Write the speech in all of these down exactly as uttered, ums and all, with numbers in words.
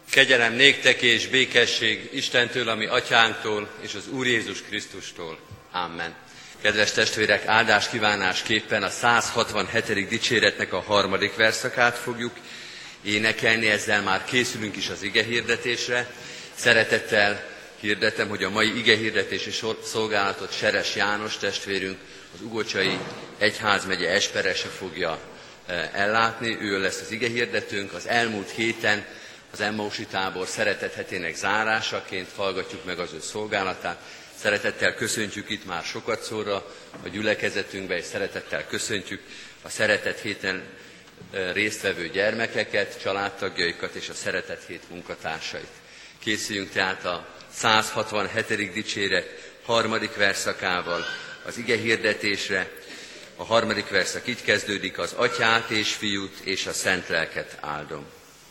Kegyelem néktek és békesség Istentől, ami atyánktól, és az Úr Jézus Krisztustól. Amen. Kedves testvérek, áldás kívánásképpen a száz hatvanhetedik dicséretnek a harmadik verszakát fogjuk énekelni, ezzel már készülünk is az igehirdetésre. Szeretettel hirdetem, hogy a mai igehirdetési szolgálatot Seres János testvérünk, az Ugocsai Egyházmegye esperese fogja ellátni. Ő lesz az igehirdetőnk. Az elmúlt héten az Emmausi tábor szeretet hetének zárásaként hallgatjuk meg az ő szolgálatát. Szeretettel köszöntjük itt már sokat szóra a gyülekezetünkbe, és szeretettel köszöntjük a szeretet héten résztvevő gyermekeket, családtagjaikat és a szeretet hét munkatársait. Készüljünk tehát a száz hatvanhetedik dicséret harmadik verszakával az igehirdetésre. A harmadik verszak így kezdődik: az Atyát és Fiút és a Szent Lelket áldom.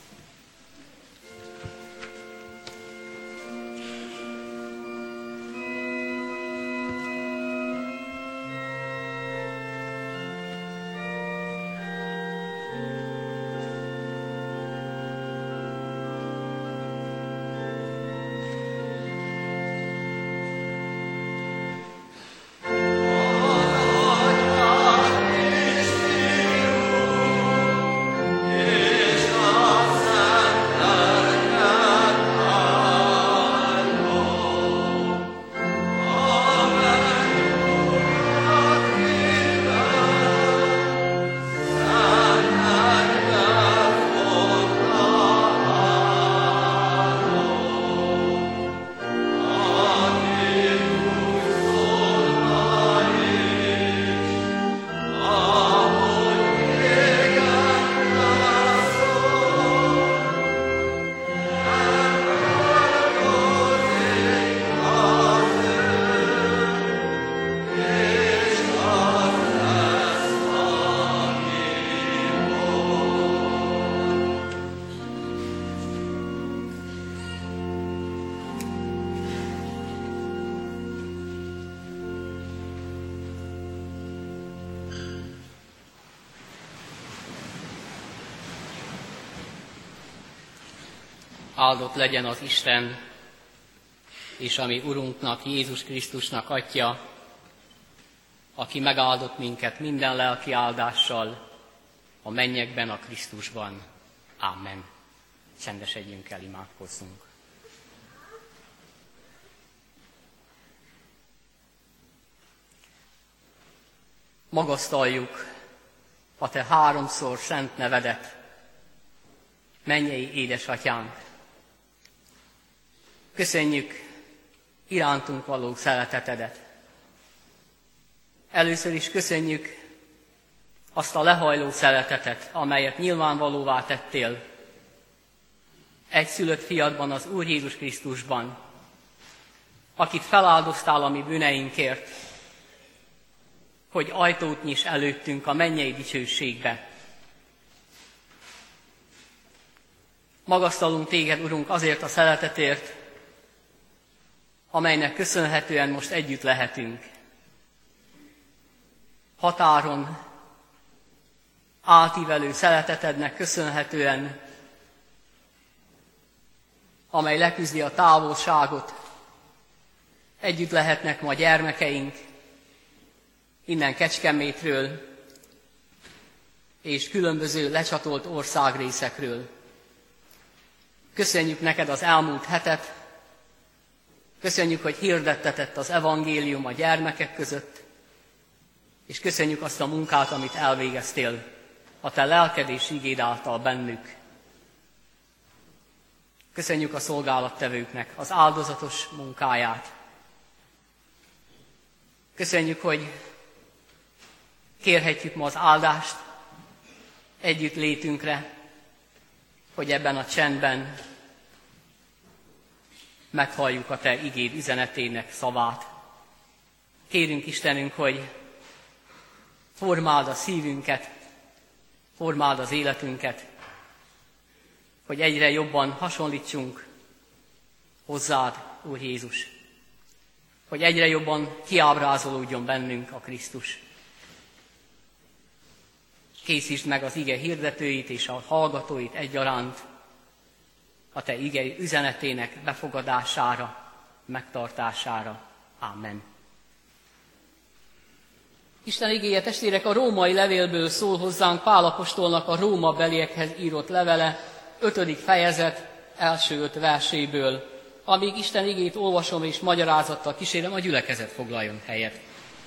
Áldott legyen az Isten, és a mi Urunknak, Jézus Krisztusnak Atya, aki megáldott minket minden lelki áldással a mennyekben, a Krisztusban. Amen. Csendesedjünk el, imádkozzunk. Magasztaljuk a Te háromszor szent nevedet, mennyei édesatyánk. Köszönjük irántunk való szeretetedet. Először is köszönjük azt a lehajló szeretetet, amelyet nyilvánvalóvá tettél egyszülött fiadban, az Úr Jézus Krisztusban, akit feláldoztál a mi bűneinkért, hogy ajtót nyiss előttünk a mennyei dicsőségbe. Magasztalunk téged, Urunk, azért a szeretetért, amelynek köszönhetően most együtt lehetünk. Határon átívelő szeretetednek köszönhetően, amely leküzdi a távolságot, együtt lehetnek ma gyermekeink, innen Kecskemétről és különböző lecsatolt országrészekről. Köszönjük neked az elmúlt hetet, köszönjük, hogy hirdettetett az evangélium a gyermekek között, és köszönjük azt a munkát, amit elvégeztél a te lelked és igéd által bennük. Köszönjük a szolgálattevőknek az áldozatos munkáját. Köszönjük, hogy kérhetjük ma az áldást együtt létünkre, hogy ebben a csendben meghalljuk a te igéd üzenetének szavát. Kérünk, Istenünk, hogy formáld a szívünket, formáld az életünket, hogy egyre jobban hasonlítsunk hozzád, Úr Jézus, hogy egyre jobban kiábrázolódjon bennünk a Krisztus. Készítsd meg az ige hirdetőit és a hallgatóit egyaránt a Te igei üzenetének befogadására, megtartására. Amen. Isten igéje, testvérek, a római levélből szól hozzánk Pál apostolnak a Róma beliekhez írott levele, ötödik fejezet, első öt verséből. Amíg Isten igét olvasom és magyarázattal kísérem, a gyülekezet foglaljon helyet.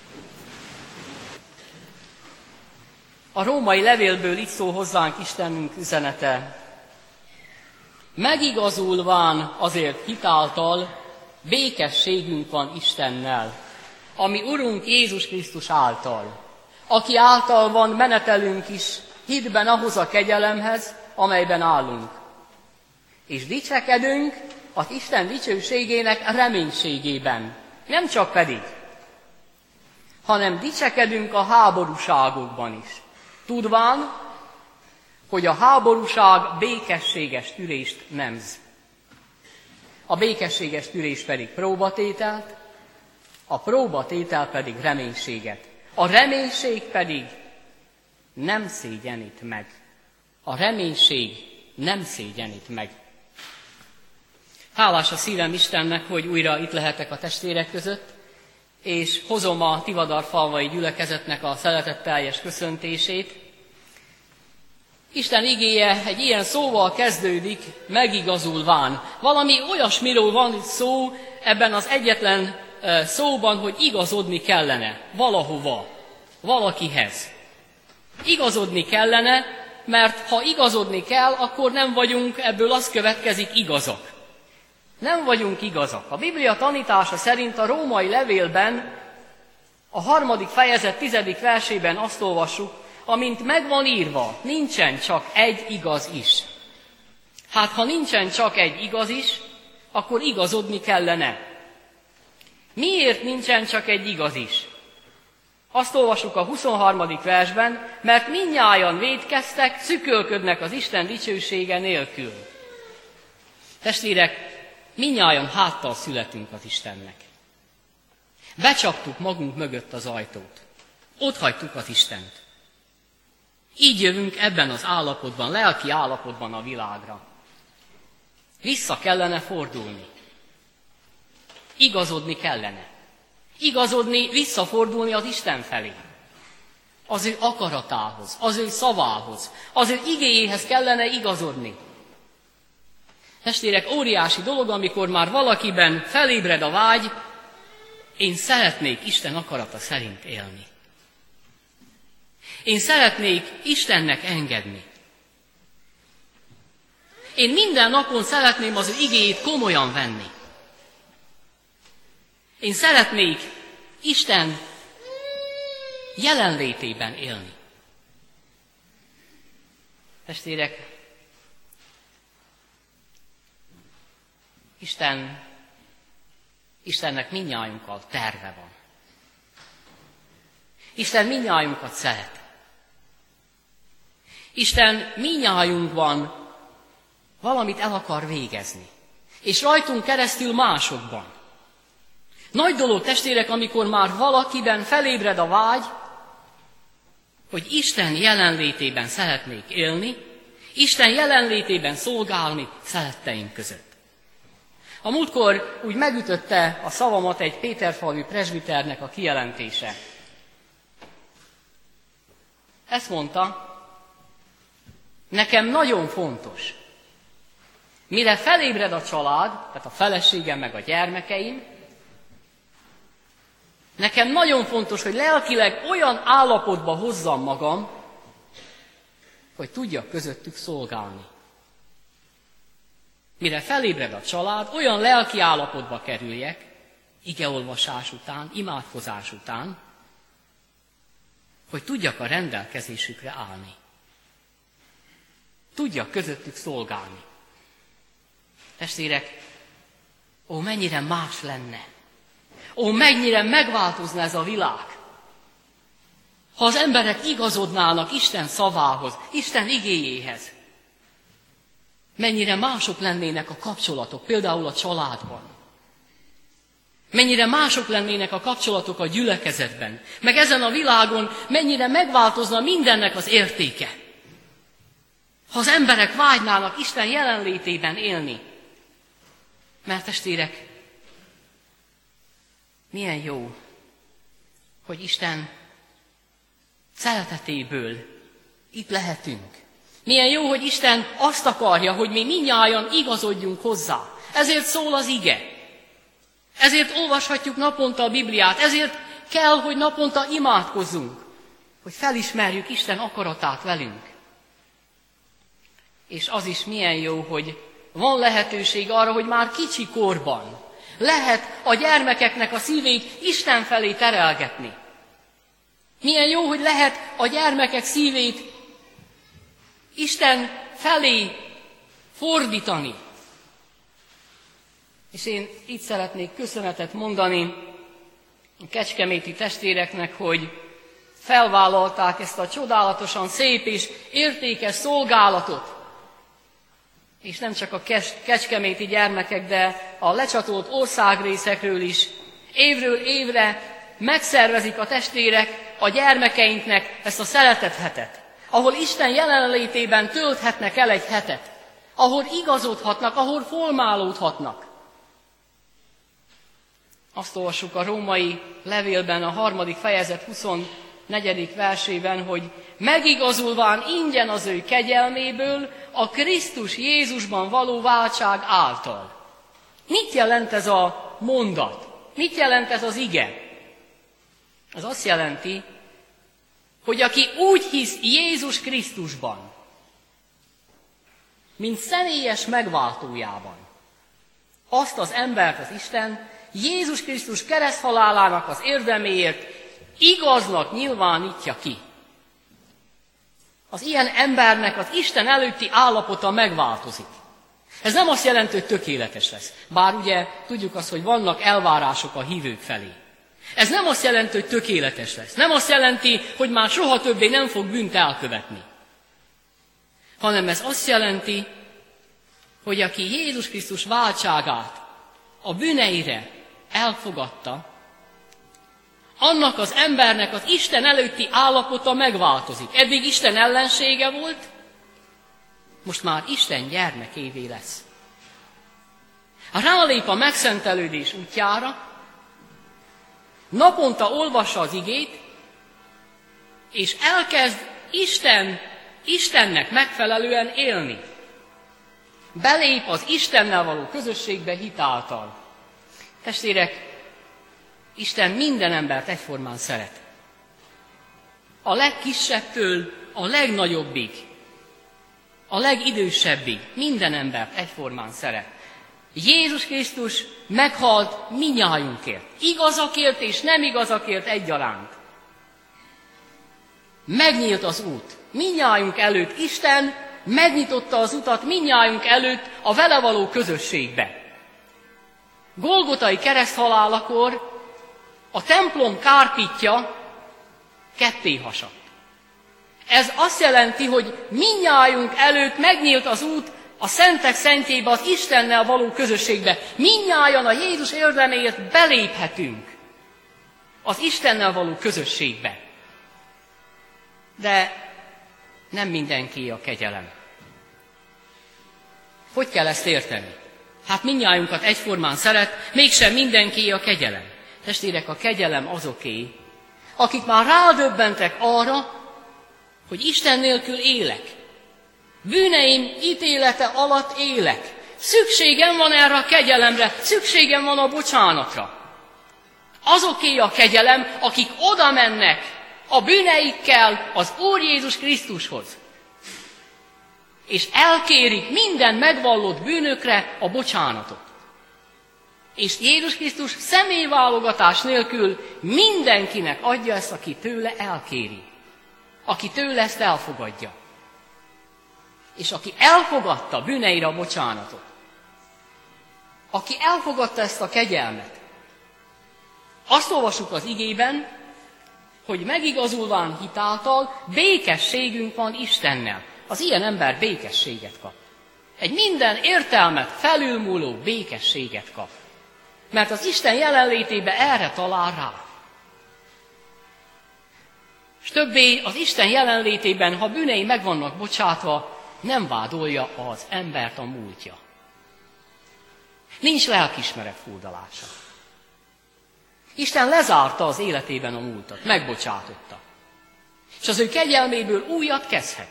A római levélből így szól hozzánk Istenünk üzenete. Megigazulván azért hitáltal, békességünk van Istennel, ami Urunk Jézus Krisztus által, aki által van menetelünk is hitben ahhoz a kegyelemhez, amelyben állunk. És dicsekedünk az Isten dicsőségének reménységében, nem csak pedig, hanem dicsekedünk a háborúságokban is, tudván, hogy a háborúság békességes tűrést nemz. A békességes tűrés pedig próbatételt, a próbatétel pedig reménységet. A reménység pedig nem szégyenít meg. A reménység nem szégyenít meg. Hálás a szívem Istennek, hogy újra itt lehetek a testvérek között, és hozom a Tivadarfalvai gyülekezetnek a szeretetteljes köszöntését. Isten igéje egy ilyen szóval kezdődik, megigazulván. Valami olyasmiről van itt szó ebben az egyetlen szóban, hogy igazodni kellene valahova, valakihez. Igazodni kellene, mert ha igazodni kell, akkor nem vagyunk, ebből az következik, igazak. Nem vagyunk igazak. A Biblia tanítása szerint a római levélben, a harmadik fejezet tizedik versében azt olvassuk, amint megvan írva, nincsen csak egy igaz is. Hát ha nincsen csak egy igaz is, akkor igazodni kellene. Miért nincsen csak egy igaz is? Azt olvassuk a huszonharmadik versben, mert mindnyájan vétkeztek, szükölködnek az Isten dicsősége nélkül. Testvérek, mindnyájan háttal születünk az Istennek. Becsaptuk magunk mögött az ajtót. Ott hagytuk az Istent. Így jövünk ebben az állapotban, lelki állapotban a világra. Vissza kellene fordulni. Igazodni kellene. Igazodni, visszafordulni az Isten felé. Az ő akaratához, az ő szavához, az ő igéjéhez kellene igazodni. Testvérek, óriási dolog, amikor már valakiben felébred a vágy, én szeretnék Isten akarata szerint élni. Én szeretnék Istennek engedni. Én minden napon szeretném az ő igéjét komolyan venni. Én szeretnék Isten jelenlétében élni. Testvérek, Isten, Istennek mindnyájunkkal terve van. Isten mindnyájunkat szeret. Isten mindnyájunkban valamit el akar végezni. És rajtunk keresztül másokban. Nagy dolog, testvérek, amikor már valakiben felébred a vágy, hogy Isten jelenlétében szeretnék élni, Isten jelenlétében szolgálni szeretteim között. A múltkor úgy megütötte a szavamat egy Péterfalvi presbiternek a kijelentése. Ezt mondta, nekem nagyon fontos, mire felébred a család, tehát a feleségem meg a gyermekeim, nekem nagyon fontos, hogy lelkileg olyan állapotba hozzam magam, hogy tudjak közöttük szolgálni. Mire felébred a család, olyan lelki állapotba kerüljek, igeolvasás után, imádkozás után, hogy tudjak a rendelkezésükre állni. Tudjak közöttük szolgálni. Testvérek, ó, mennyire más lenne, ó, mennyire megváltozna ez a világ, ha az emberek igazodnának Isten szavához, Isten igéjéhez. Mennyire mások lennének a kapcsolatok, például a családban. Mennyire mások lennének a kapcsolatok a gyülekezetben, meg ezen a világon mennyire megváltozna mindennek az értéke. Ha az emberek vágynának Isten jelenlétében élni. Mert testvérek, milyen jó, hogy Isten szeretetéből itt lehetünk. Milyen jó, hogy Isten azt akarja, hogy mi mindnyájan igazodjunk hozzá. Ezért szól az ige. Ezért olvashatjuk naponta a Bibliát. Ezért kell, hogy naponta imádkozzunk, hogy felismerjük Isten akaratát velünk. És az is milyen jó, hogy van lehetőség arra, hogy már kicsi korban lehet a gyermekeknek a szívét Isten felé terelgetni. Milyen jó, hogy lehet a gyermekek szívét Isten felé fordítani. És én itt szeretnék köszönetet mondani a kecskeméti testvéreknek, hogy felvállalták ezt a csodálatosan szép és értékes szolgálatot. És nem csak a kecskeméti gyermekek, de a lecsatolt országrészekről is évről évre megszervezik a testvérek a gyermekeinknek ezt a szeretethetet, ahol Isten jelenlétében tölthetnek el egy hetet, ahol igazodhatnak, ahol formálódhatnak. Azt olvassuk a római levélben, a harmadik fejezet huszonnegyedik versében, hogy megigazulván ingyen az ő kegyelméből a Krisztus Jézusban való váltság által. Mit jelent ez a mondat? Mit jelent ez az ige? Ez azt jelenti, hogy aki úgy hisz Jézus Krisztusban, mint személyes megváltójában, azt az embert az Isten Jézus Krisztus kereszthalálának az érdeméért igaznak nyilvánítja ki. Az ilyen embernek az Isten előtti állapota megváltozik. Ez nem azt jelenti, hogy tökéletes lesz. Bár ugye tudjuk azt, hogy vannak elvárások a hívők felé. Ez nem azt jelenti, hogy tökéletes lesz. Nem azt jelenti, hogy már soha többé nem fog bűnt elkövetni. Hanem ez azt jelenti, hogy aki Jézus Krisztus váltságát a bűneire elfogadta, annak az embernek az Isten előtti állapota megváltozik. Eddig Isten ellensége volt, most már Isten gyermekévé lesz. Rálép a megszentelődés útjára, naponta olvassa az igét, és elkezd Isten, Istennek megfelelően élni. Belép az Istennel való közösségbe hit által. Testvérek, Isten minden embert egyformán szeret. A legkisebbtől a legnagyobbig, a legidősebbig minden embert egyformán szeret. Jézus Krisztus meghalt mindnyájunkért. Igazakért és nem igazakért egyaránt. Megnyílt az út. Mindnyájunk előtt Isten megnyitotta az utat mindnyájunk előtt a vele való közösségbe. Golgotai kereszthalálakor a templom kárpitja ketté hasadt. Ez azt jelenti, hogy mindnyájunk előtt megnyílt az út a szentek szentjébe, az Istennel való közösségbe. Mindnyájan a Jézus érdeméért beléphetünk az Istennel való közösségbe. De nem mindenki a kegyelem. Hogy kell ezt érteni? Hát mindnyájunkat egyformán szeret, mégsem mindenki a kegyelem. Testvérek, a kegyelem azoké, akik már rádöbbentek arra, hogy Isten nélkül élek. Bűneim ítélete alatt élek. Szükségem van erre a kegyelemre, szükségem van a bocsánatra. Azoké a kegyelem, akik oda mennek a bűneikkel az Úr Jézus Krisztushoz. És elkérik minden megvallott bűnökre a bocsánatot. És Jézus Krisztus személyválogatás nélkül mindenkinek adja ezt, aki tőle elkéri. Aki tőle ezt elfogadja. És aki elfogadta bűneire a bocsánatot. Aki elfogadta ezt a kegyelmet. Azt olvasjuk az igében, hogy megigazulván hitáltal békességünk van Istennel. Az ilyen ember békességet kap. Egy minden értelmet felülmúló békességet kap. Mert az Isten jelenlétébe erre talál rá. És többé az Isten jelenlétében, ha bűnei meg vannak bocsátva, nem vádolja az embert a múltja. Nincs lelkiismeret furdalása. Isten lezárta az életében a múltat, megbocsátotta. És az ő kegyelméből újat kezdhet.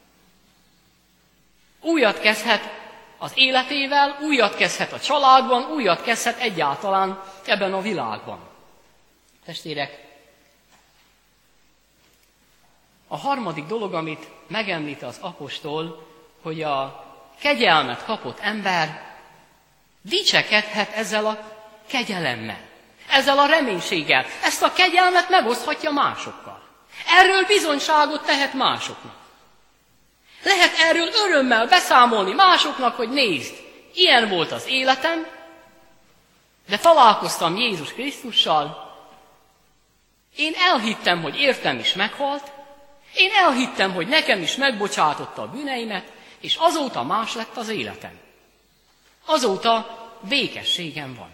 Újat kezdhet az életével, újat kezdhet a családban, újat kezdhet egyáltalán ebben a világban. Testvérek, a harmadik dolog, amit megemlít az apostol, hogy a kegyelmet kapott ember dicsekedhet ezzel a kegyelemmel, ezzel a reménységgel. Ezt a kegyelmet megoszthatja másokkal. Erről bizonyságot tehet másoknak. Lehet erről örömmel beszámolni másoknak, hogy nézd, ilyen volt az életem, de találkoztam Jézus Krisztussal, én elhittem, hogy értem is meghalt, én elhittem, hogy nekem is megbocsátotta a bűneimet, és azóta más lett az életem. Azóta békességem van.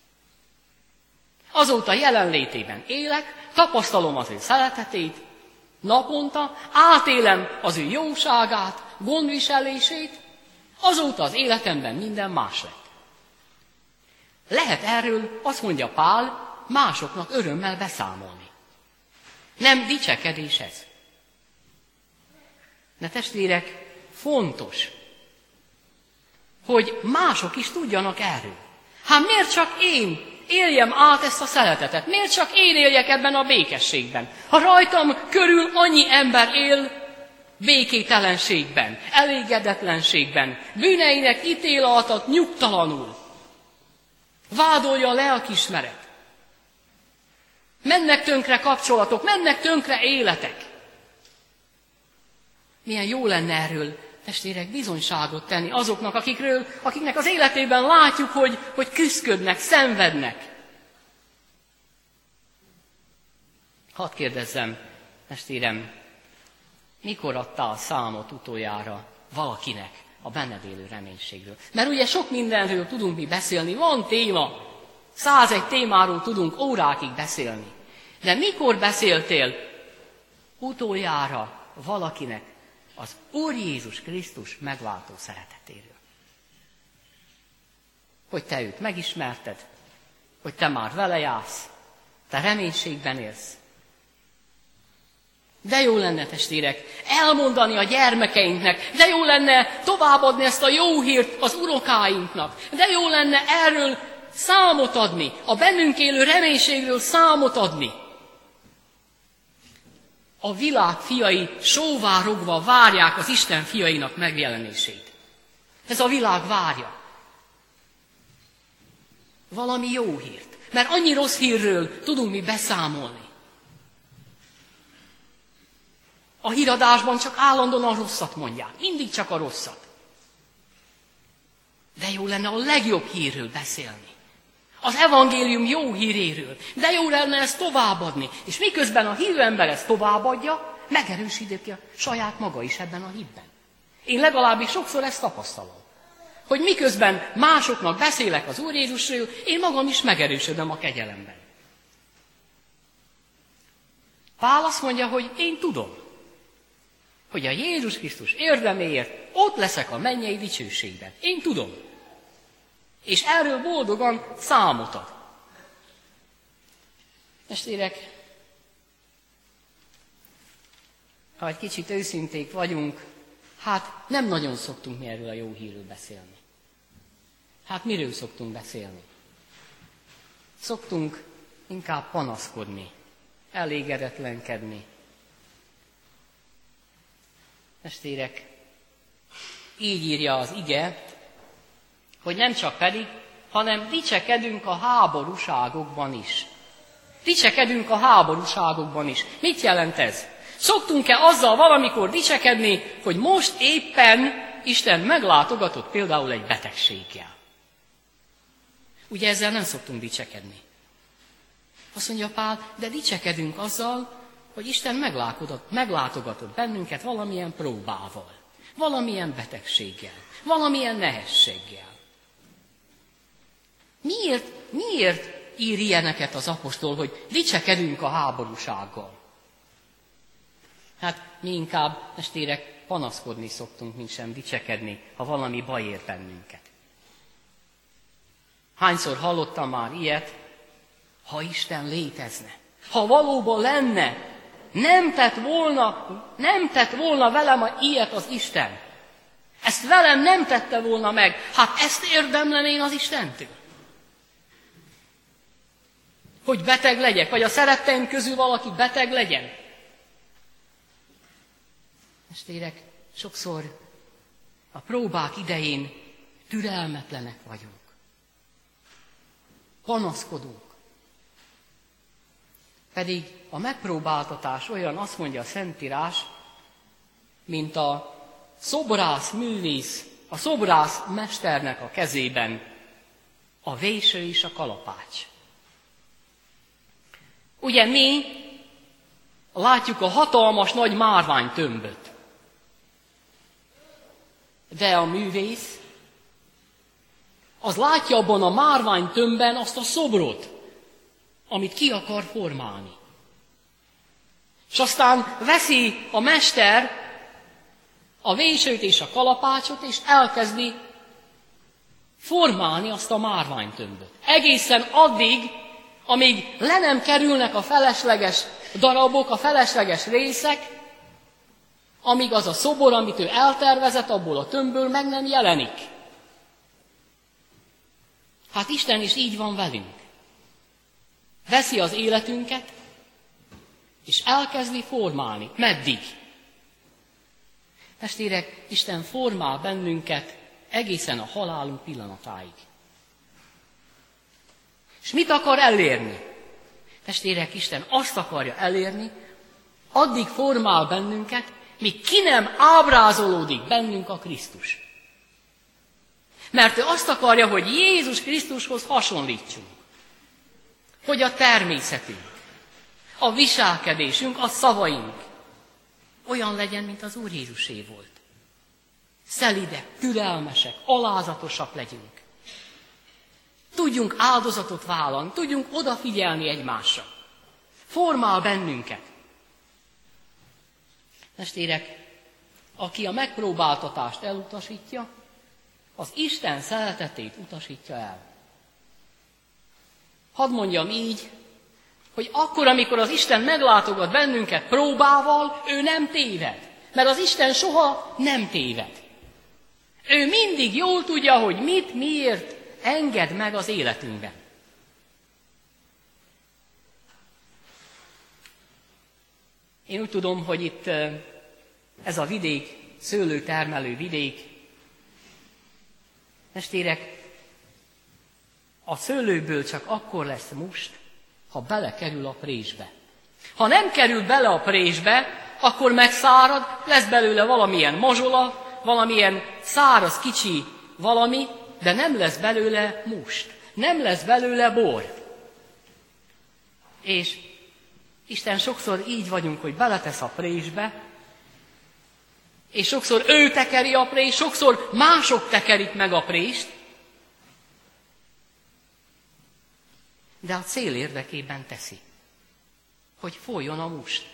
Azóta jelenlétében élek, tapasztalom az ő szeretetét, naponta átélem az ő jóságát, gondviselését, azóta az életemben minden más lett. Lehet erről, azt mondja Pál, másoknak örömmel beszámolni. Nem dicsekedés ez. De testvérek, fontos, hogy mások is tudjanak erről. Hát miért csak én éljem át ezt a szeretetet? Miért csak én éljek ebben a békességben? Ha rajtam körül annyi ember él békételenségben, elégedetlenségben, bűneinek ítéletet nyugtalanul, vádolja a lelkiismeret. Mennek tönkre kapcsolatok, mennek tönkre életek. Milyen jó lenne erről, testvérek, bizonyságot tenni azoknak, akikről, akiknek az életében látjuk, hogy, hogy küszködnek, szenvednek. Hadd kérdezzem, testvérem, mikor adtál számot utoljára valakinek a benned élő reménységről? Mert ugye sok mindenről tudunk mi beszélni, van téma, százegy témáról tudunk órákig beszélni. De mikor beszéltél utoljára valakinek az Úr Jézus Krisztus megváltó szeretetéről? Hogy te őt megismerted, hogy te már vele jársz, te reménységben élsz. De jó lenne, testvérek, elmondani a gyermekeinknek, de jó lenne továbbadni ezt a jó hírt az unokáinknak, de jó lenne erről számot adni, a bennünk élő reménységről számot adni. A világ fiai sóvárogva várják az Isten fiainak megjelenését. Ez a világ várja. Valami jó hírt. Mert annyi rossz hírről tudunk mi beszámolni. A híradásban csak állandóan a rosszat mondják. Mindig csak a rosszat. De jó lenne a legjobb hírről beszélni. Az evangélium jó híréről. De jó lenne ezt továbbadni. És miközben a hívő ember ezt továbbadja, megerősíti a saját maga is ebben a hitben. Én legalábbis sokszor ezt tapasztalom. Hogy miközben másoknak beszélek az Úr Jézusról, én magam is megerősödöm a kegyelemben. Pál azt mondja, hogy én tudom, hogy a Jézus Krisztus érdeméért ott leszek a mennyei dicsőségben. Én tudom. És erről boldogan számot ad. Testvérek, ha egy kicsit őszinték vagyunk, hát nem nagyon szoktunk mi erről a jó hírről beszélni. Hát miről szoktunk beszélni? Szoktunk inkább panaszkodni, elégedetlenkedni. Testvérek, így írja az ige, hogy nem csak pedig, hanem dicsekedünk a háborúságokban is. Dicsekedünk a háborúságokban is. Mit jelent ez? Szoktunk-e azzal valamikor dicsekedni, hogy most éppen Isten meglátogatott például egy betegséggel? Ugye ezzel nem szoktunk dicsekedni. Azt mondja Pál, de dicsekedünk azzal, hogy Isten meglátogatott, meglátogatott bennünket valamilyen próbával, valamilyen betegséggel, valamilyen nehézséggel. Miért, miért ír ilyeneket az apostol, hogy dicsekedünk a háborúsággal? Hát mi inkább, testvérek, panaszkodni szoktunk, mint sem dicsekedni, ha valami baj ér bennünket. Hányszor hallottam már ilyet, ha Isten létezne, ha valóban lenne, nem tett volna, nem tett volna velem ilyet az Isten. Ezt velem nem tette volna meg. Hát ezt érdemlem én az Istentől. Hogy beteg legyek, vagy a szeretteim közül valaki beteg legyen. Testvérek, sokszor a próbák idején türelmetlenek vagyunk. Panaszkodunk. Pedig a megpróbáltatás olyan, azt mondja a Szentírás, mint a szobrász művész, a szobrász mesternek a kezében a véső és a kalapács. Ugye mi látjuk a hatalmas nagy márványtömböt, de a művész az látja abban a márványtömbben azt a szobrot, amit ki akar formálni. És aztán veszi a mester a vésőt és a kalapácsot, és elkezdi formálni azt a márványtömböt. Egészen addig, amíg le nem kerülnek a felesleges darabok, a felesleges részek, amíg az a szobor, amit ő eltervezett, abból a tömbből meg nem jelenik. Hát Isten is így van velünk. Veszi az életünket, és elkezdi formálni. Meddig? Testvérek, Isten formál bennünket egészen a halálunk pillanatáig. És mit akar elérni? Testvérek, Isten azt akarja elérni, addig formál bennünket, míg ki nem ábrázolódik bennünk a Krisztus. Mert ő azt akarja, hogy Jézus Krisztushoz hasonlítsunk. Hogy a természetünk, a viselkedésünk, a szavaink olyan legyen, mint az Úr Jézusé volt. Szelidek, türelmesek, alázatosak legyünk. Tudjunk áldozatot vállalni, tudjunk odafigyelni egymásra. Formál bennünket. Testvérek, aki a megpróbáltatást elutasítja, az Isten szeretetét utasítja el. Hadd mondjam így, hogy akkor, amikor az Isten meglátogat bennünket próbával, ő nem téved. Mert az Isten soha nem téved. Ő mindig jól tudja, hogy mit, miért enged meg az életünkben. Én úgy tudom, hogy itt ez a vidék, szőlőtermelő vidék, testvérek, a szőlőből csak akkor lesz must, ha belekerül a présbe. Ha nem kerül bele a présbe, akkor megszárad, lesz belőle valamilyen mazsola, valamilyen száraz kicsi valami, de nem lesz belőle must, nem lesz belőle bor. És Isten sokszor így vagyunk, hogy beletesz a présbe, és sokszor ő tekeri a prést, sokszor mások tekerik meg a prést, de a cél érdekében teszi, hogy folyjon a must.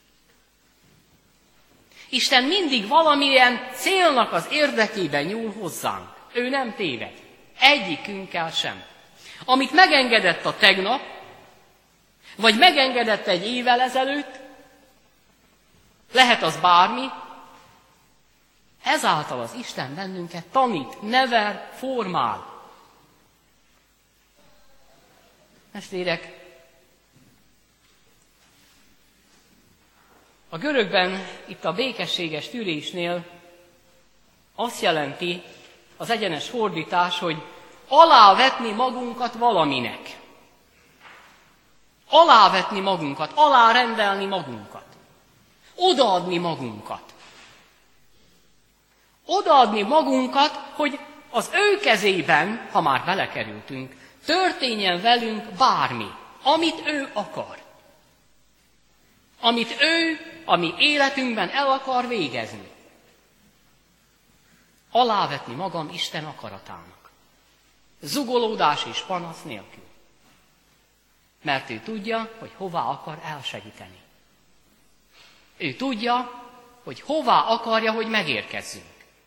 Isten mindig valamilyen célnak az érdekében nyúl hozzánk. Ő nem téved. Egyikünkkel sem. Amit megengedett a tegnap, vagy megengedett egy évvel ezelőtt, lehet az bármi, ezáltal az Isten bennünket tanít, nevel, formál. Testvérek, a görögben, itt a békességes tűrésnél azt jelenti az egyenes fordítás, hogy alávetni magunkat valaminek. Alávetni magunkat, alárendelni magunkat. Odaadni magunkat. Odaadni magunkat, hogy az ő kezében, ha már belekerültünk, történjen velünk bármi, amit ő akar. Amit ő a mi életünkben el akar végezni. Alávetni magam Isten akaratának. Zugolódás és panasz nélkül. Mert ő tudja, hogy hová akar elsegíteni. Ő tudja, hogy hová akarja, hogy megérkezzünk.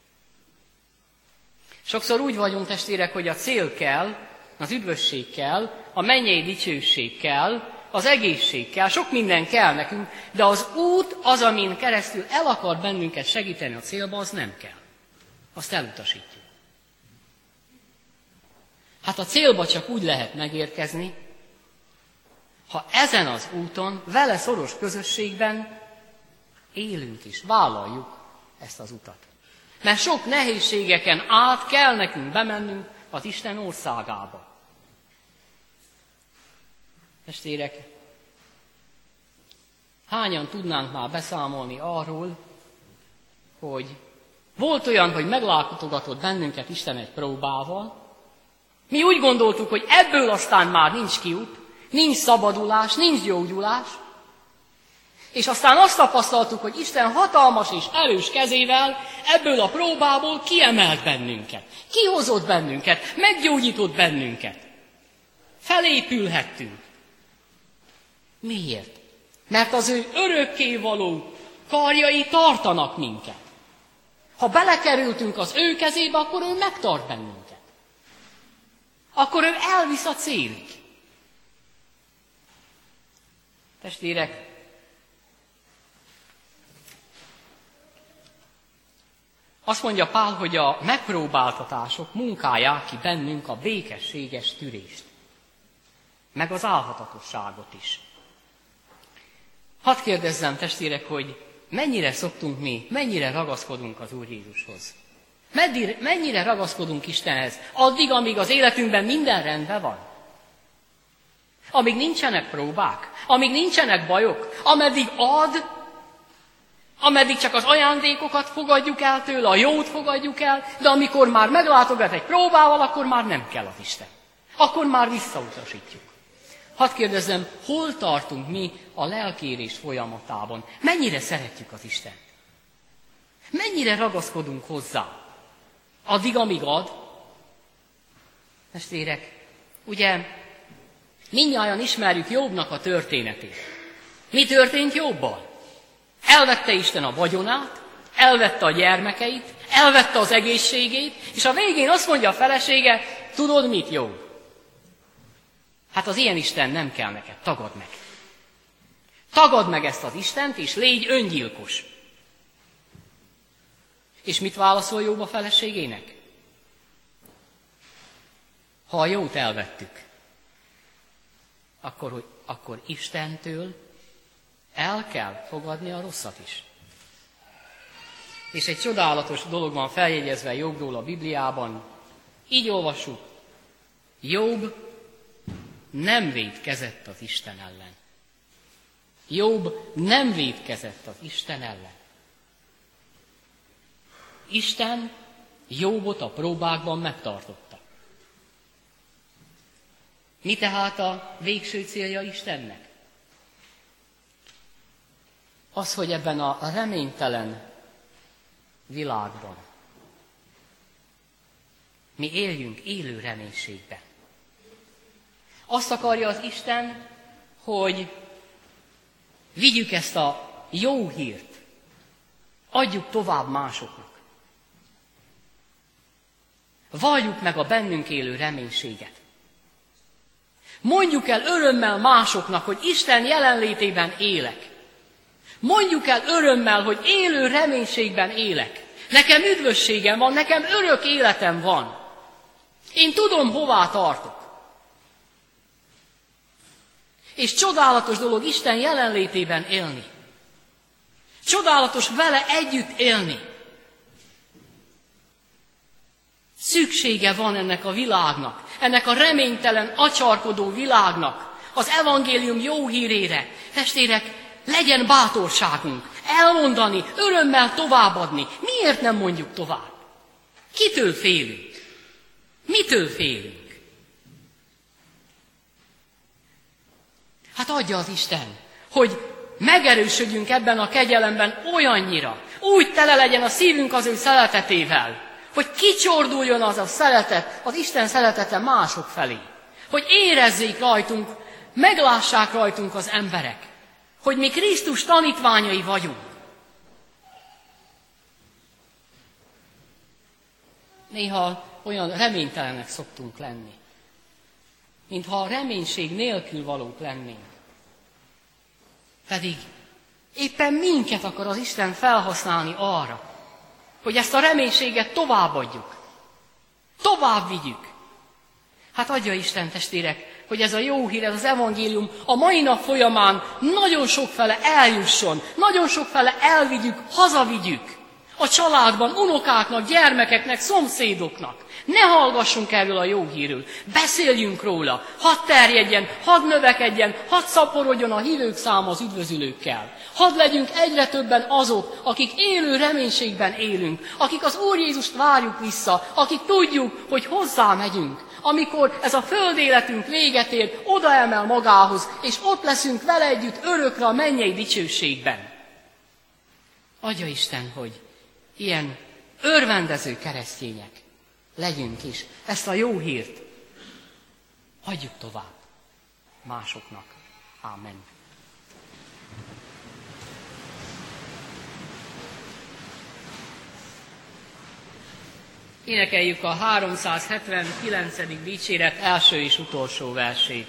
Sokszor úgy vagyunk, testvérek, hogy a cél kell, az üdvösség kell, a mennyei dicsőség kell, az egészség kell, sok minden kell nekünk, de az út, az, amin keresztül el akar bennünket segíteni a célba, az nem kell. Azt elutasítjuk. Hát a célba csak úgy lehet megérkezni, ha ezen az úton, vele szoros közösségben élünk is, vállaljuk ezt az utat. Mert sok nehézségeken át kell nekünk bemennünk az Isten országába. Testvérek, hányan tudnánk már beszámolni arról, hogy volt olyan, hogy meglátogatott bennünket Isten egy próbával, mi úgy gondoltuk, hogy ebből aztán már nincs kiút, nincs szabadulás, nincs gyógyulás, és aztán azt tapasztaltuk, hogy Isten hatalmas és erős kezével ebből a próbából kiemelt bennünket, kihozott bennünket, meggyógyított bennünket. Felépülhettünk. Miért? Mert az ő örökkévaló karjai tartanak minket. Ha belekerültünk az ő kezébe, akkor ő megtart bennünket. Akkor ő elvisz a célig. Testvérek, azt mondja Pál, hogy a megpróbáltatások munkálják ki bennünk a békességes tűrést, meg az álhatatosságot is. Hadd kérdezzem, testvérek, hogy mennyire szoktunk mi, mennyire ragaszkodunk az Úr Jézushoz? Mennyire, mennyire ragaszkodunk Istenhez? Addig, amíg az életünkben minden rendben van? Amíg nincsenek próbák? Amíg nincsenek bajok? Ameddig ad, ameddig csak az ajándékokat fogadjuk el tőle, a jót fogadjuk el, de amikor már meglátogat egy próbával, akkor már nem kell az Isten. Akkor már visszautasítjuk. Hadd kérdezzem, hol tartunk mi a lelkiérés folyamatában? Mennyire szeretjük az Istent? Mennyire ragaszkodunk hozzá? Addig, amíg ad? Testvérek, ugye mindnyájan ismerjük Jobbnak a történetét. Mi történt Jobbal? Elvette Isten a vagyonát, elvette a gyermekeit, elvette az egészségét, és a végén azt mondja a felesége, tudod mit, Jobb? Hát az ilyen Isten nem kell neked, tagadd meg. Tagadd meg ezt az Istent, és légy öngyilkos. És mit válaszol Jobb a feleségének? Ha a jót elvettük, akkor, hogy, akkor Istentől el kell fogadni a rosszat is. És egy csodálatos dolog van feljegyezve Jobbról a Bibliában. Így olvassuk. Jobb nem vétkezett az Isten ellen. Jobb nem vétkezett az Isten ellen. Isten Jobbot a próbákban megtartotta. Mi tehát a végső célja Istennek? Az, hogy ebben a reménytelen világban mi éljünk élő reménységben. Azt akarja az Isten, hogy vigyük ezt a jó hírt, adjuk tovább másoknak. Valljuk meg a bennünk élő reménységet. Mondjuk el örömmel másoknak, hogy Isten jelenlétében élek. Mondjuk el örömmel, hogy élő reménységben élek. Nekem üdvösségem van, nekem örök életem van. Én tudom, hová tartok. És csodálatos dolog Isten jelenlétében élni. Csodálatos vele együtt élni. Szüksége van ennek a világnak, ennek a reménytelen, acsarkodó világnak, az evangélium jó hírére. Testvérek, legyen bátorságunk elmondani, örömmel továbbadni. Miért nem mondjuk tovább? Kitől félünk? Mitől félünk? Hát adja az Isten, hogy megerősödjünk ebben a kegyelemben olyannyira, úgy tele legyen a szívünk az ő szeretetével, hogy kicsorduljon az a szeretet, az Isten szeretete mások felé. Hogy érezzék rajtunk, meglássák rajtunk az emberek, hogy mi Krisztus tanítványai vagyunk. néha olyan reménytelenek szoktunk lenni, mintha a reménység nélkül valók lennénk. Pedig éppen minket akar az Isten felhasználni arra, hogy ezt a reménységet továbbadjuk, tovább vigyük. Hát adja Isten, testvérek, hogy ez a jó hír, ez az evangélium a mai nap folyamán nagyon sokfele eljusson, nagyon sokfele elvigyük, hazavigyük. A családban, unokáknak, gyermekeknek, szomszédoknak. Ne hallgassunk erről a jó hírről, beszéljünk róla, hadd terjedjen, hadd növekedjen, hadd szaporodjon a hívők száma az üdvözülőkkel. Hadd legyünk egyre többen azok, akik élő reménységben élünk, akik az Úr Jézust várjuk vissza, akik tudjuk, hogy hozzá megyünk. Amikor ez a földéletünk véget ér, odaemel magához, és ott leszünk vele együtt örökre a mennyei dicsőségben. Adja Isten, hogy ilyen örvendező keresztények legyünk is. Ezt a jó hírt adjuk tovább másoknak. Ámen. Énekeljük a háromszázhetvenkilencedik dicséret első és utolsó versét.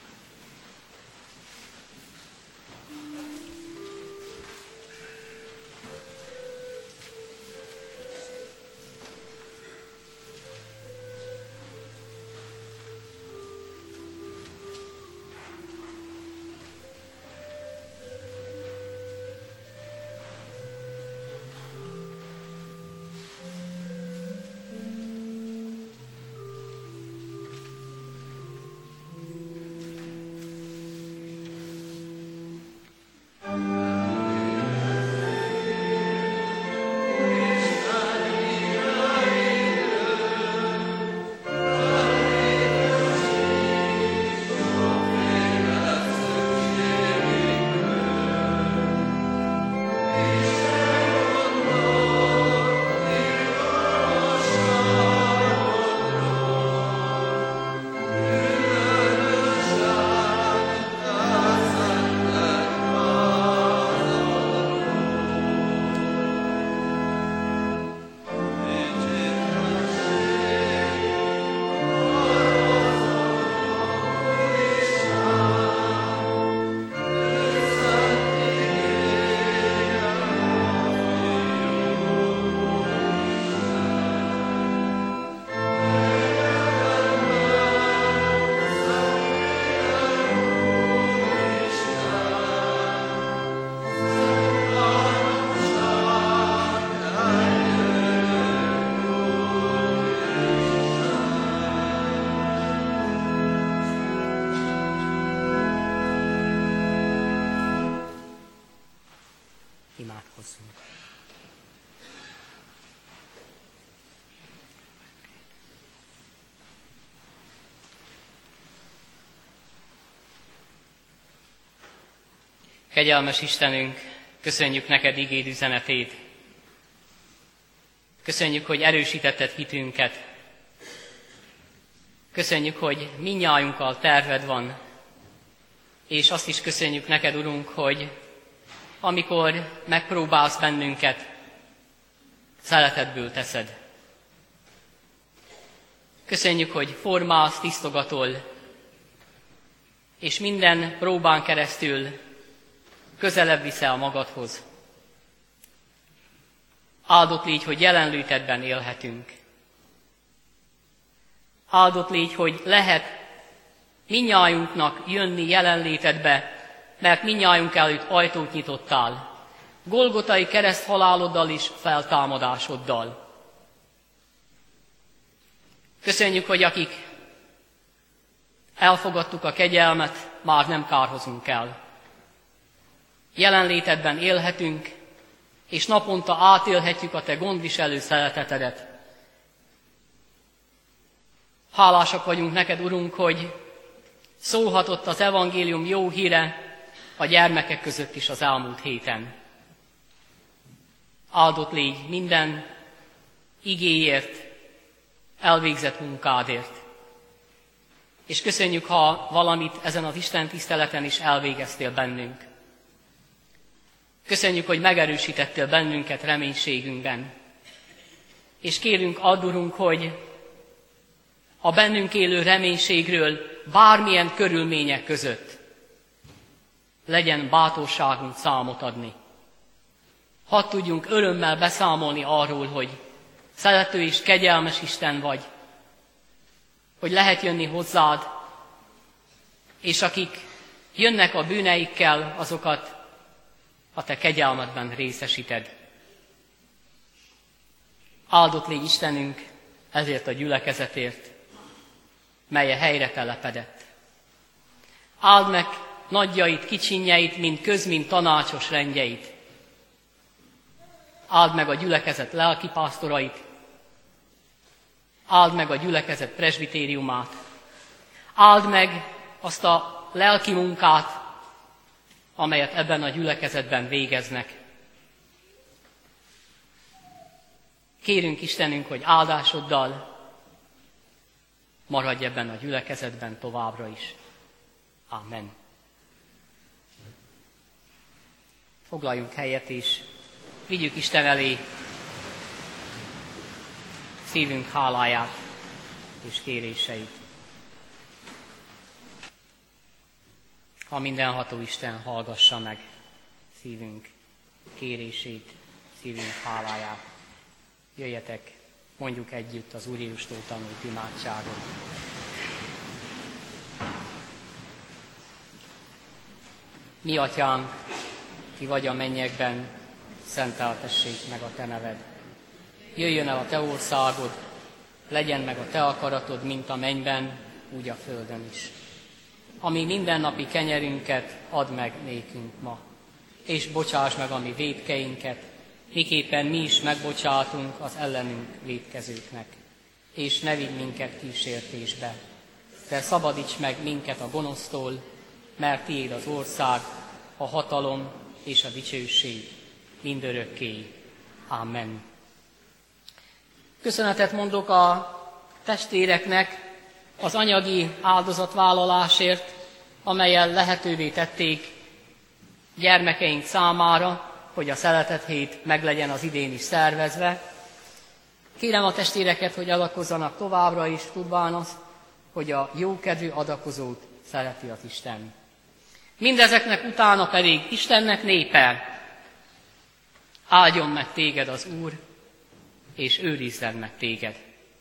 Imádkozzunk. Kegyelmes Istenünk, köszönjük neked igéd üzenetét. Köszönjük, hogy erősítetted hitünket. Köszönjük, hogy mindnyájunkkal terved van. És azt is köszönjük neked, Urunk, hogy amikor megpróbálsz bennünket, szeretetből teszed. Köszönjük, hogy formálsz, tisztogatol, és minden próbán keresztül közelebb viszel magadhoz. Áldott légy, hogy jelenlétedben élhetünk. Áldott légy, hogy lehet mindnyájunknak jönni jelenlétedbe, mert mindnyájunk előtt ajtót nyitottál, golgotai kereszthaláloddal és feltámadásoddal. Köszönjük, hogy akik elfogadtuk a kegyelmet, már nem kárhozunk el. Jelenlétedben élhetünk, és naponta átélhetjük a te gondviselő szeretetedet. Hálásak vagyunk neked, Urunk, hogy szólhatott az evangélium jó híre a gyermekek között is az elmúlt héten. Áldott légy minden igéért, elvégzett munkádért. És köszönjük, ha valamit ezen az Isten tiszteleten is elvégeztél bennünk. Köszönjük, hogy megerősítettél bennünket reménységünkben. és kérünk, add Urunk, hogy a bennünk élő reménységről bármilyen körülmények között legyen bátorságunk számot adni. Hadd tudjunk örömmel beszámolni arról, hogy szerető és kegyelmes Isten vagy, hogy lehet jönni hozzád, és akik jönnek a bűneikkel, azokat a te kegyelmedben részesíted. Áldott légy Istenünk ezért a gyülekezetért, mely a helyre telepedett. Áld meg nagyjait, kicsinyeit, mind köz, mind tanácsos rendjeit. Áld meg a gyülekezet lelkipásztorait, áld meg a gyülekezet presbitériumát, áld meg azt a lelki munkát, amelyet ebben a gyülekezetben végeznek. Kérünk Istenünk, hogy áldásoddal maradj ebben a gyülekezetben továbbra is. Amen. Foglaljunk helyet, és vigyük Isten elé szívünk háláját és kéréseit. Ha mindenható Isten hallgassa meg szívünk kérését, szívünk háláját. Jöjjetek, mondjuk együtt az Úr Jézustól tanult imádságot. Mi, Atyánk, ki vagy a mennyekben, szenteltessék meg a te neved. Jöjjön el a te országod, legyen meg a te akaratod, mint a mennyben, úgy a földön is. Ami mindennapi kenyerünket add meg nékünk ma, és bocsáss meg a mi vétkeinket, miképpen mi is megbocsátunk az ellenünk vétkezőknek. És ne vigy minket kísértésbe, de szabadíts meg minket a gonosztól, mert tiéd az ország, a hatalom és a dicsőség mindörökké. Amen. Köszönetet mondok a testvéreknek az anyagi áldozatvállalásért, amellyel lehetővé tették gyermekeink számára, hogy a Szeretet Hét meglegyen az idén is szervezve. Kérem a testvéreket, hogy adakozzanak továbbra is, tudván azt, hogy a jókedvű adakozót szereti az Isten. Mindezeknek utána pedig Istennek népe, áldjon meg téged az Úr, és őrizzen meg téged.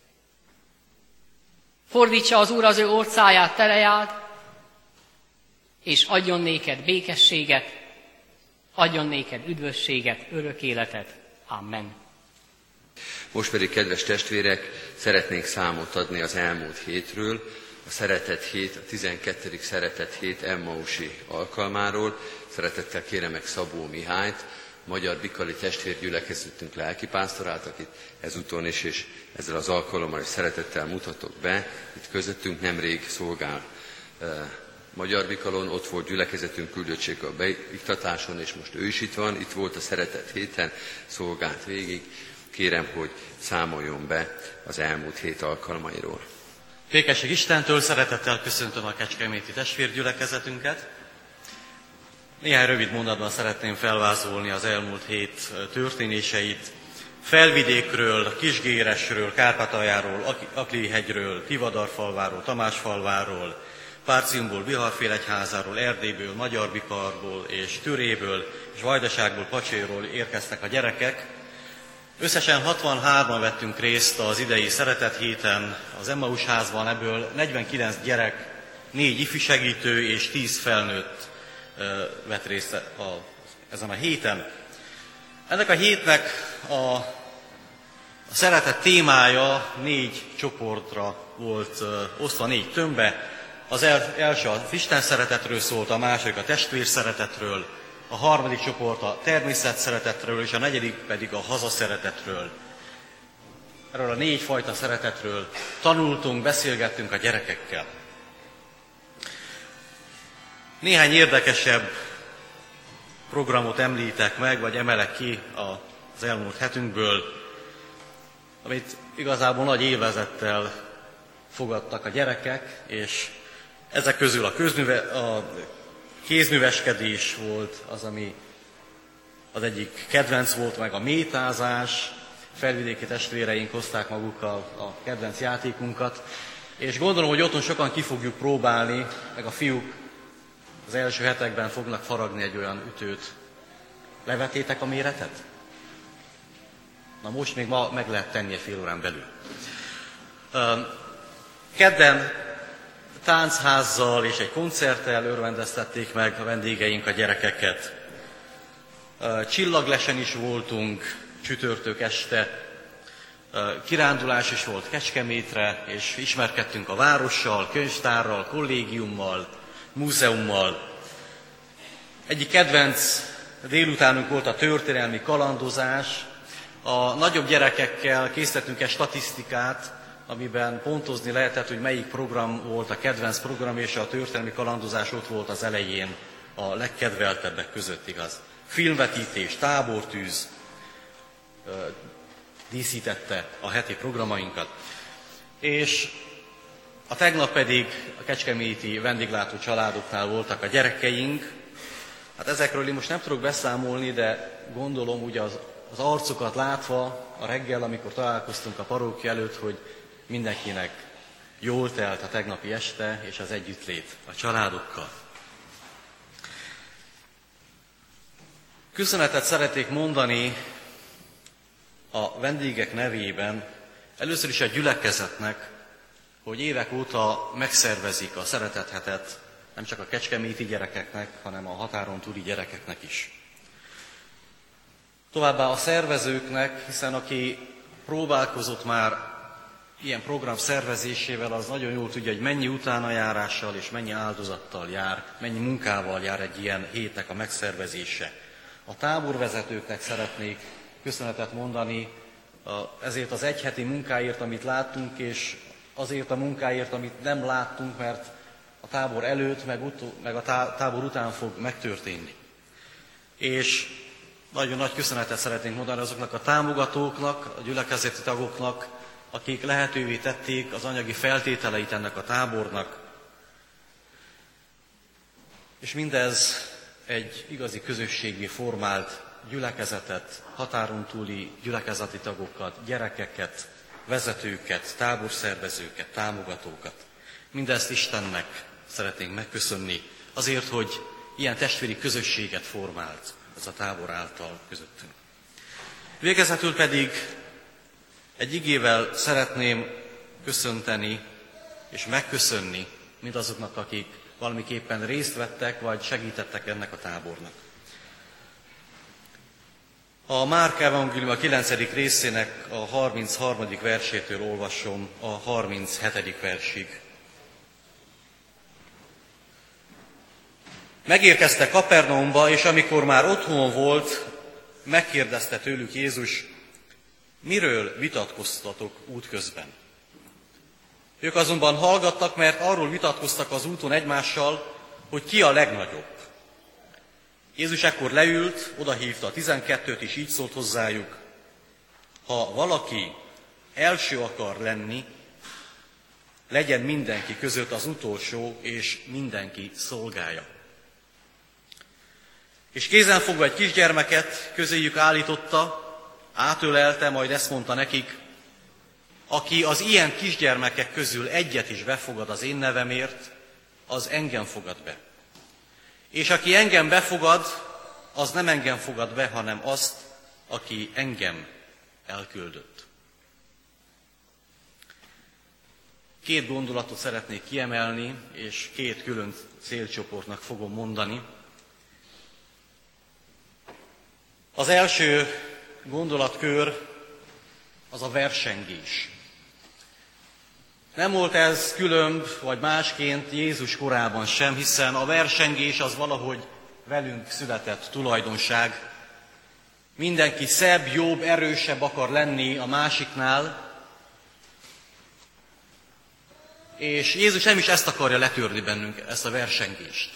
Fordítsa az Úr az ő orcáját terejád, és adjon néked békességet, adjon néked üdvösséget, örök életet. Amen. Most pedig, kedves testvérek, szeretnénk számot adni az elmúlt hétről, a Szeretet Hét, a tizenkettedik Szeretet Hét Emmausi alkalmáról. Szeretettel kérem meg Szabó Mihályt, Magyar Bikali testvérgyülekezetünk lelkipásztorát, akit ezúton is és ezzel az alkalommal is szeretettel mutatok be. Itt közöttünk nemrég szolgál e, Magyar Bikalon, ott volt gyülekezetünk küldöttsége a beiktatáson, és most ő is itt van, itt volt a Szeretet Héten, szolgált végig. Kérem, hogy számoljon be az elmúlt hét alkalmairól. Békesség Istentől, szeretettel köszöntöm a kecskeméti testvérgyülekezetünket. Néhány rövid mondatban szeretném felvázolni az elmúlt hét történéseit. Felvidékről, Kisgéresről, Kárpátaljáról, Aklihegyről, Tivadarfalváról, Tamásfalváról, Párciumból, Biharfélegyházáról, Erdélyből, Magyarbikarból és Türéből és Vajdaságból, Pacséról érkeztek a gyerekek. Összesen hatvanhárman vettünk részt az idei Szeretet Héten az Emmaus házban, ebből negyvenkilenc gyerek, négy ifjúsegítő és tíz felnőtt vett részt a, ezen a héten. Ennek a hétnek a, a szeretet témája négy csoportra volt osztva, négy tömbbe. Az el, első az Isten szeretetről szólt, a második a testvér szeretetről, a harmadik csoport a természet szeretetről, és a negyedik pedig a hazaszeretetről. Erről a négy fajta szeretetről tanultunk, beszélgettünk a gyerekekkel. Néhány érdekesebb programot említek meg, vagy emelek ki az elmúlt hetünkből, amit igazából nagy élvezettel fogadtak a gyerekek, és ezek közül a, közműve, a kézműveskedés volt az, ami az egyik kedvenc volt, meg a métázás, felvidéki testvéreink hozták magukkal a kedvenc játékunkat, és gondolom, hogy otthon sokan ki fogjuk próbálni, meg a fiúk az első hetekben fognak faragni egy olyan ütőt. Levetétek a méretet? Na most még ma meg lehet tennie fél órán belül. Kedden táncházzal és egy koncerttel örvendeztették meg a vendégeink a gyerekeket. Csillaglesen is voltunk csütörtök este, kirándulás is volt Kecskemétre, és ismerkedtünk a várossal, könyvtárral, kollégiummal, múzeummal. Egyik kedvenc délutánunk volt a történelmi kalandozás. A nagyobb gyerekekkel készítettünk egy statisztikát, amiben pontozni lehetett, hogy melyik program volt a kedvenc program, és a történelmi kalandozás ott volt az elején a legkedveltebbek között, igaz. Filmvetítés, tábortűz díszítette a heti programainkat. És a tegnap pedig a kecskeméti vendéglátó családoknál voltak a gyerekeink. Hát ezekről én most nem tudok beszámolni, de gondolom ugye az, az arcukat látva a reggel, amikor találkoztunk a parókia előtt, hogy mindenkinek jól telt a tegnapi este és az együttlét a családokkal. Köszönetet szeretnék mondani a vendégek nevében, először is a gyülekezetnek, hogy évek óta megszervezik a szeretethetet nem csak a kecskeméti gyerekeknek, hanem a határon túli gyerekeknek is. Továbbá a szervezőknek, hiszen aki próbálkozott már ilyen program szervezésével, az nagyon jól tudja, hogy mennyi utánajárással és mennyi áldozattal jár, mennyi munkával jár egy ilyen hétnek a megszervezése. A táborvezetőknek szeretnék köszönetet mondani ezért az egyheti munkáért, amit láttunk, és azért a munkáért, amit nem láttunk, mert a tábor előtt, meg, utó, meg a tábor után fog megtörténni. És nagyon nagy köszönetet szeretnénk mondani azoknak a támogatóknak, a gyülekezeti tagoknak, akik lehetővé tették az anyagi feltételeit ennek a tábornak. És mindez egy igazi közösségi formált gyülekezetet, határon túli gyülekezeti tagokat, gyerekeket, vezetőket, táborszervezőket, támogatókat. Mindezt Istennek szeretnénk megköszönni, azért, hogy ilyen testvéri közösséget formált ez a tábor által közöttünk. Végezetül pedig egy igével szeretném köszönteni és megköszönni mindazoknak, akik valamiképpen részt vettek, vagy segítettek ennek a tábornak. A Márk evangélium a kilencedik részének a harmincharmadik versétől olvasom a harminchetedik versig. Megérkeztek Kapernaumba, és amikor már otthon volt, megkérdezte tőlük Jézus, miről vitatkoztatok útközben? Ők azonban hallgattak, mert arról vitatkoztak az úton egymással, hogy ki a legnagyobb. Jézus ekkor leült, odahívta a tizenkettőt, és így szólt hozzájuk, ha valaki első akar lenni, legyen mindenki között az utolsó, és mindenki szolgája. És kézenfogva egy kisgyermeket közéjük állította, átölelte, majd ezt mondta nekik, aki az ilyen kisgyermekek közül egyet is befogad az én nevemért, az engem fogad be. És aki engem befogad, az nem engem fogad be, hanem azt, aki engem elküldött. Két gondolatot szeretnék kiemelni, és két külön célcsoportnak fogom mondani. Az első gondolatkör az a versengés. Nem volt ez különb, vagy másként Jézus korában sem, hiszen a versengés az valahogy velünk született tulajdonság. Mindenki szebb, jobb, erősebb akar lenni a másiknál, és Jézus nem is ezt akarja letörni bennünk, ezt a versengést.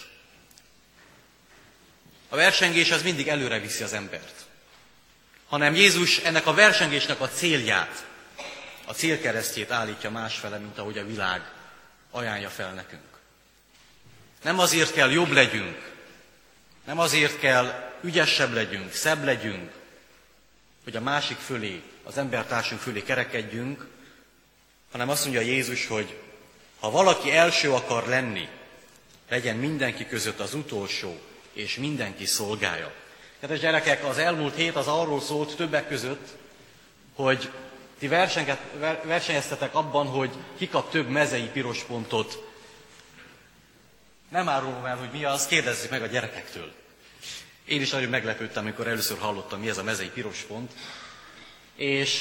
A versengés az mindig előre viszi az embert, hanem Jézus ennek a versengésnek a célját, a célkeresztjét állítja másfele, mint ahogy a világ ajánlja fel nekünk. Nem azért kell jobb legyünk, nem azért kell ügyesebb legyünk, szebb legyünk, hogy a másik fölé az embertársunk fölé kerekedjünk, hanem azt mondja Jézus, hogy ha valaki első akar lenni, legyen mindenki között az utolsó, és mindenki szolgája. Kedves gyerekek, az elmúlt hét az arról szólt többek között, hogy ti versenyeztetek abban, hogy ki kap több mezei piros pontot. Nem árulom el, hogy mi az, kérdezzük meg a gyerekektől. Én is nagyon meglepődtem, amikor először hallottam, mi ez a mezei piros pont. És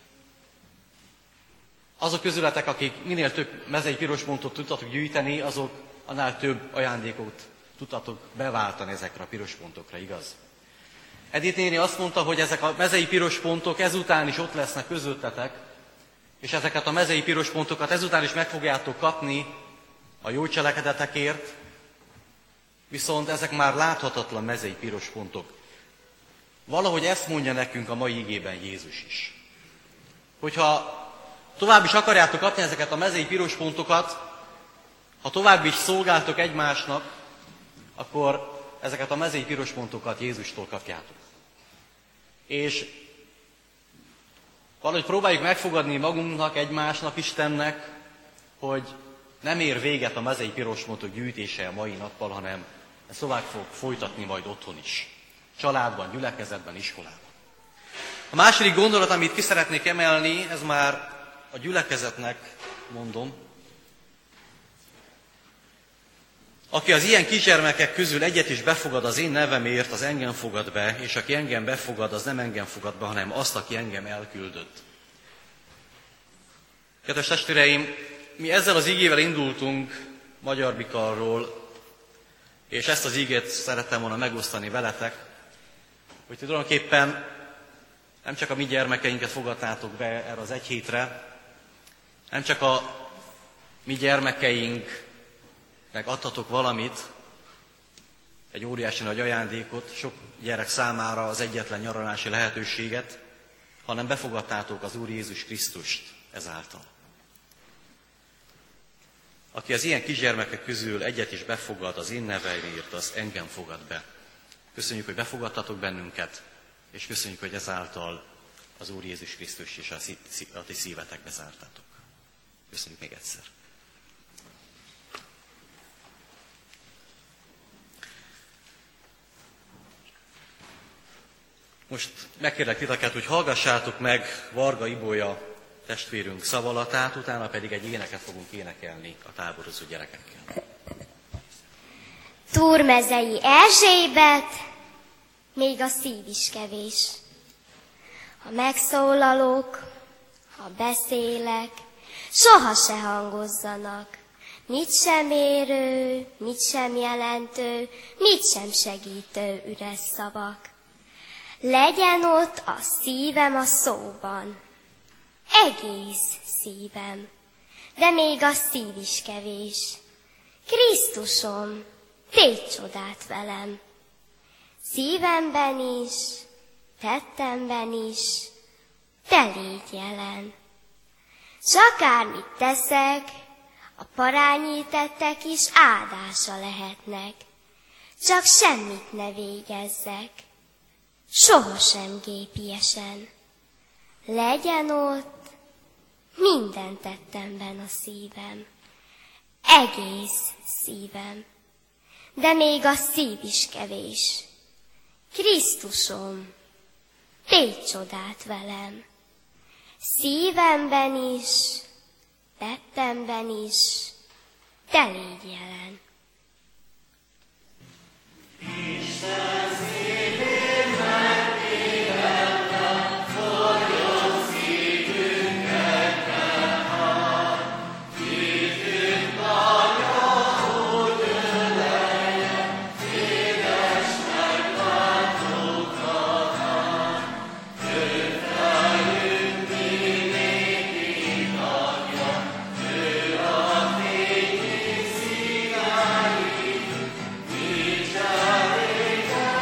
azok közületek, akik minél több mezei piros pontot tudtatok gyűjteni, azok annál több ajándékot tudtatok beváltani ezekre a piros pontokra, igaz? Edith néni azt mondta, hogy ezek a mezei piros pontok ezután is ott lesznek közöttetek, és ezeket a mezei piros pontokat ezután is meg fogjátok kapni a jó cselekedetekért, viszont ezek már láthatatlan mezei piros pontok. Valahogy ezt mondja nekünk a mai igében Jézus is. Hogyha tovább is akarjátok kapni ezeket a mezei piros pontokat, ha tovább is szolgáltok egymásnak, akkor ezeket a mezei piros pontokat Jézustól kapjátok. És valahogy próbáljuk megfogadni magunknak, egymásnak, Istennek, hogy nem ér véget a mezei piros pontok gyűjtése a mai nappal, hanem ezt tovább fog folytatni majd otthon is. Családban, gyülekezetben, iskolában. A második gondolat, amit ki szeretnék emelni, ez már a gyülekezetnek mondom. Aki az ilyen kisgyermekek közül egyet is befogad az én nevemért, az engem fogad be, és aki engem befogad, az nem engem fogad be, hanem azt, aki engem elküldött. Kedves testvéreim, mi ezzel az igével indultunk Magyar Bikarról, és ezt az igét szerettem volna megosztani veletek, hogy tulajdonképpen nem csak a mi gyermekeinket fogadtátok be erre az egy hétre, nem csak a mi gyermekeinknek adtatok valamit, egy óriási nagy ajándékot, sok gyerek számára az egyetlen nyaralási lehetőséget, hanem befogadtátok az Úr Jézus Krisztust ezáltal. Aki az ilyen kisgyermekek közül egyet is befogad az én neveimért, az engem fogad be. Köszönjük, hogy befogadtatok bennünket, és köszönjük, hogy ezáltal az Úr Jézus Krisztus is a ti szívetekbe zártátok. Köszönjük még egyszer. Most megkérlek titeket, hogy hallgassátok meg Varga Ibolya testvérünk szavalatát, utána pedig egy éneket fogunk énekelni a táborozó gyerekekkel. Túrmezei Erzsébet, még a szív is kevés. Ha megszólalok, ha beszélek, soha se hangozzanak. Mit sem érő, mit sem jelentő, mit sem segítő üres szavak. Legyen ott a szívem a szóban, egész szívem, de még a szív is kevés. Krisztusom, tégy csodát velem, szívemben is, tettemben is, te légy jelen. S akármit teszek, a parányi tettek is áldása lehetnek, csak semmit ne végezzek, sohasem gépiesen. Legyen ott minden tettemben a szívem, egész szívem, de még a szív is kevés. Krisztusom, tégy csodát velem, szívemben is, tettemben is, te légy jelen. Isten szívén megéletlen, forjon szívünket meghat, hitünk napja úgy öleljen, édes megváltókat, ő felünk mindenki tagja, ő a fényünk színái, nincs elég.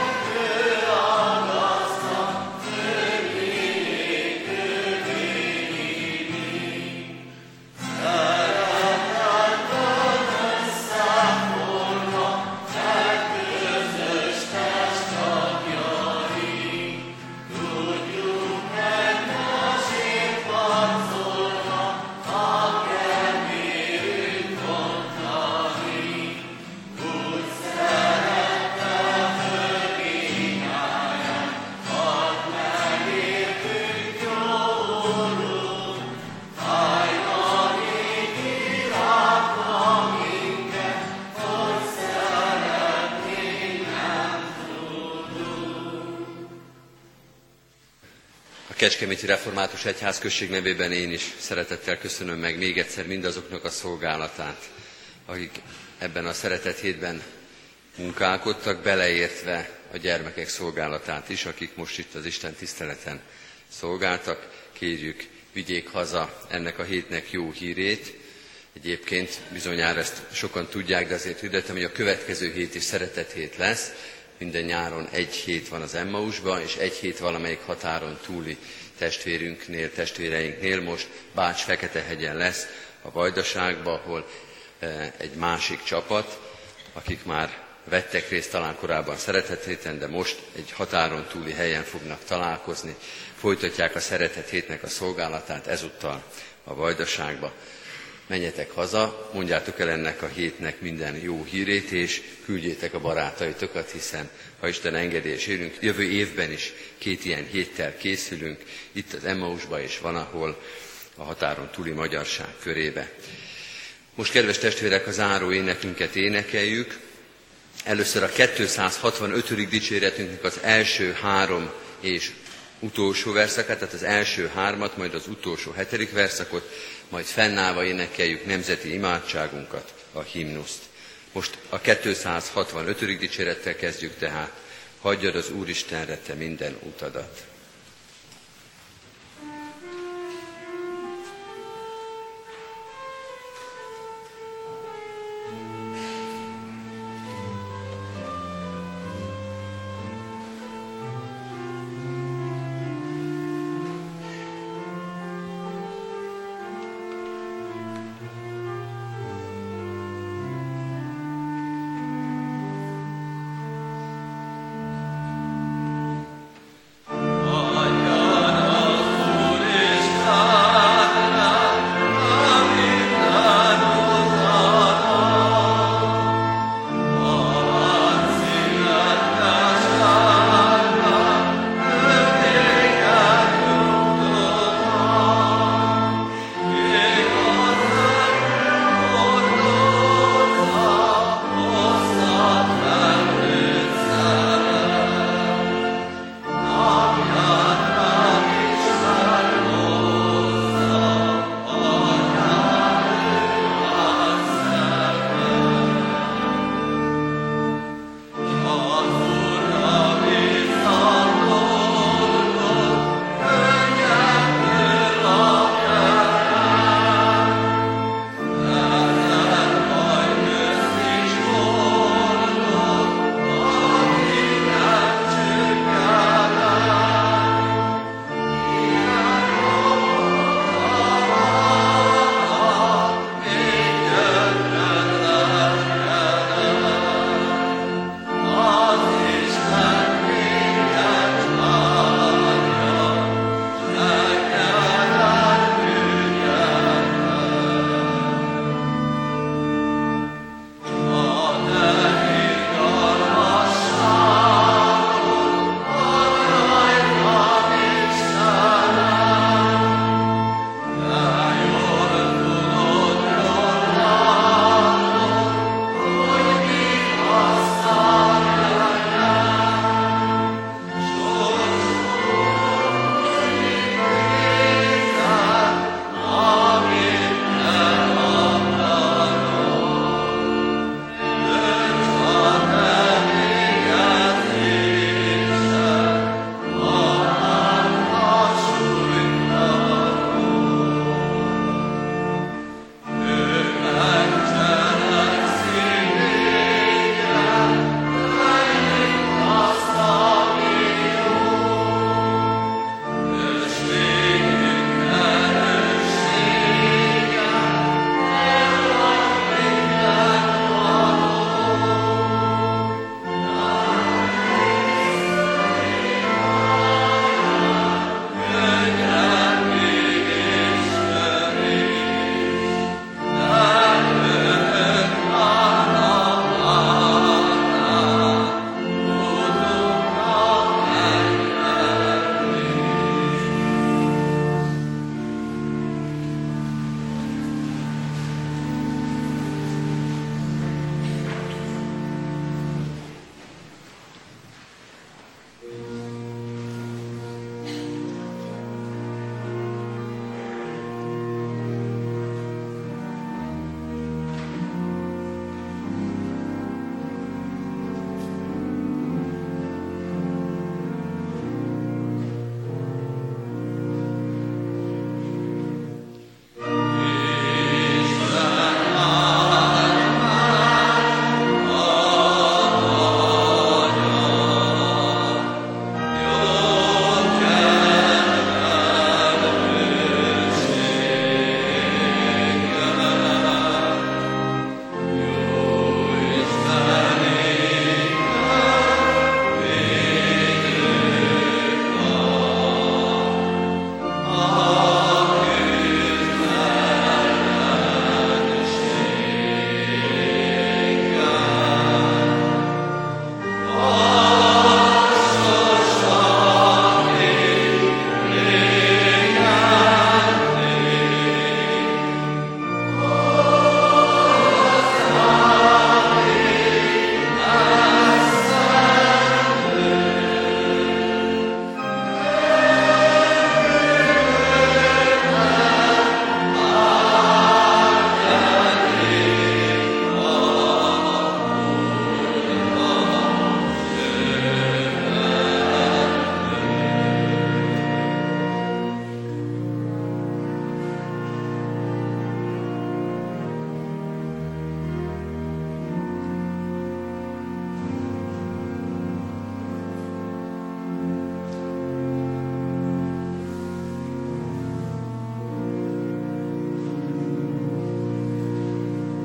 Kecskeméti Református Egyházközség nevében én is szeretettel köszönöm meg még egyszer mindazoknak a szolgálatát, akik ebben a szeretet hétben munkálkodtak, beleértve a gyermekek szolgálatát is, akik most itt az Isten tiszteleten szolgáltak. Kérjük, vigyék haza ennek a hétnek jó hírét. Egyébként bizonyára ezt sokan tudják, de azért hirdetem, hogy a következő hét is szeretet hét lesz. Minden nyáron egy hét van az Emmausban, és egy hét valamelyik határon túli testvérünknél, testvéreinknél. Most Bács-Feketehegyen lesz, a Vajdaságban, ahol egy másik csapat, akik már vettek részt talán korábban szeretet héten, de most egy határon túli helyen fognak találkozni. Folytatják a szeretet hétnek a szolgálatát ezúttal a Vajdaságba. Menjetek haza, mondjátok el ennek a hétnek minden jó hírét, és küldjétek a barátaitokat, hiszen ha Isten engedi és érünk, jövő évben is két ilyen héttel készülünk, itt az Emmausba és van, ahol a határon túli magyarság körébe. Most, kedves testvérek, a záró énekünket énekeljük. Először a kétszázhatvanötödik dicséretünknek az első három és utolsó verszakát, tehát az első hármat, majd az utolsó hetedik verszakot, majd fennállva énekeljük nemzeti imádságunkat, a himnuszt. Most a kétszázhatvanötödik dicsérettel kezdjük tehát. Hagyjad az Úristenre te minden utadat.